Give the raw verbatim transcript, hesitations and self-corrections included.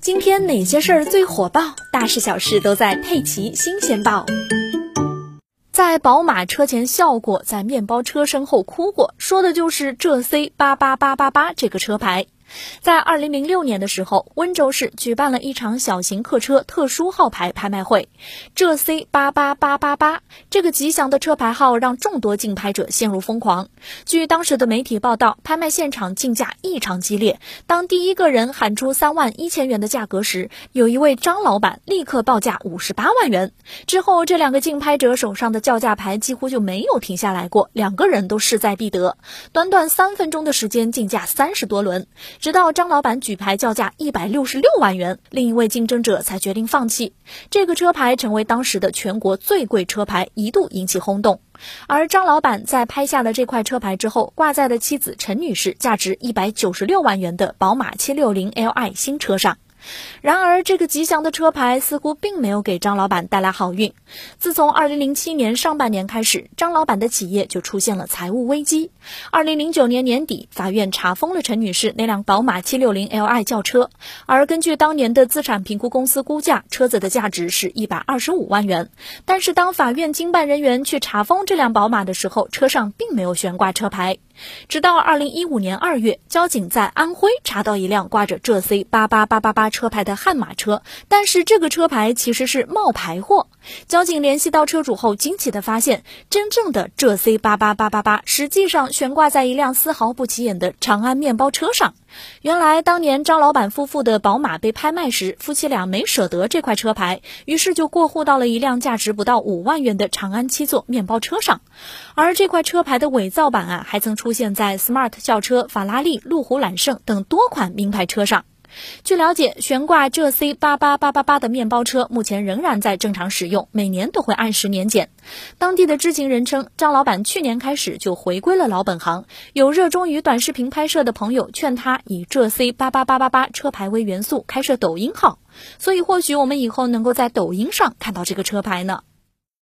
今天哪些事儿最火爆？大事小事都在佩奇新鲜报。在宝马车前笑过，在面包车身后哭过，说的就是浙 C 八八八八八这个车牌。在二零零六年的时候，温州市举办了一场小型客车特殊号牌拍卖会，浙 C 八八八八八这个吉祥的车牌号让众多竞拍者陷入疯狂。据当时的媒体报道，拍卖现场竞价异常激烈，当第一个人喊出三万一千元的价格时，有一位张老板立刻报价五十八万元。之后这两个竞拍者手上的叫价牌几乎就没有停下来过，两个人都势在必得，短短三分钟的时间竞价三十多轮，直到张老板举牌叫价一百六十六万元，另一位竞争者才决定放弃。这个车牌成为当时的全国最贵车牌，一度引起轰动。而张老板在拍下了这块车牌之后，挂在了妻子陈女士价值一百九十六万元的宝马七六零 L I 新车上。然而这个吉祥的车牌似乎并没有给张老板带来好运。自从二零零七年上半年开始，张老板的企业就出现了财务危机。二零零九年年底，法院查封了陈女士那辆宝马七六零 L I 轿车，而根据当年的资产评估公司估价，车子的价值是一百二十五万元。但是当法院经办人员去查封这辆宝马的时候，车上并没有悬挂车牌。直到二零一五年二月，交警在安徽查到一辆挂着浙 C 八八八八八车牌的悍马车，但是这个车牌其实是冒牌货。交警联系到车主后，惊奇地发现，真正的浙 C 八八八八八实际上悬挂在一辆丝毫不起眼的长安面包车上。原来当年张老板夫妇的宝马被拍卖时，夫妻俩没舍得这块车牌，于是就过户到了一辆价值不到五万元的长安七座面包车上。而这块车牌的伪造版啊，还曾出现在 Smart 轿车、法拉利、路虎揽胜等多款名牌车上。据了解，悬挂浙 C 八八八八八的面包车目前仍然在正常使用，每年都会按时年检。当地的知情人称，张老板去年开始就回归了老本行，有热衷于短视频拍摄的朋友劝他以浙 C 八八八八八车牌为元素开设抖音号，所以或许我们以后能够在抖音上看到这个车牌呢。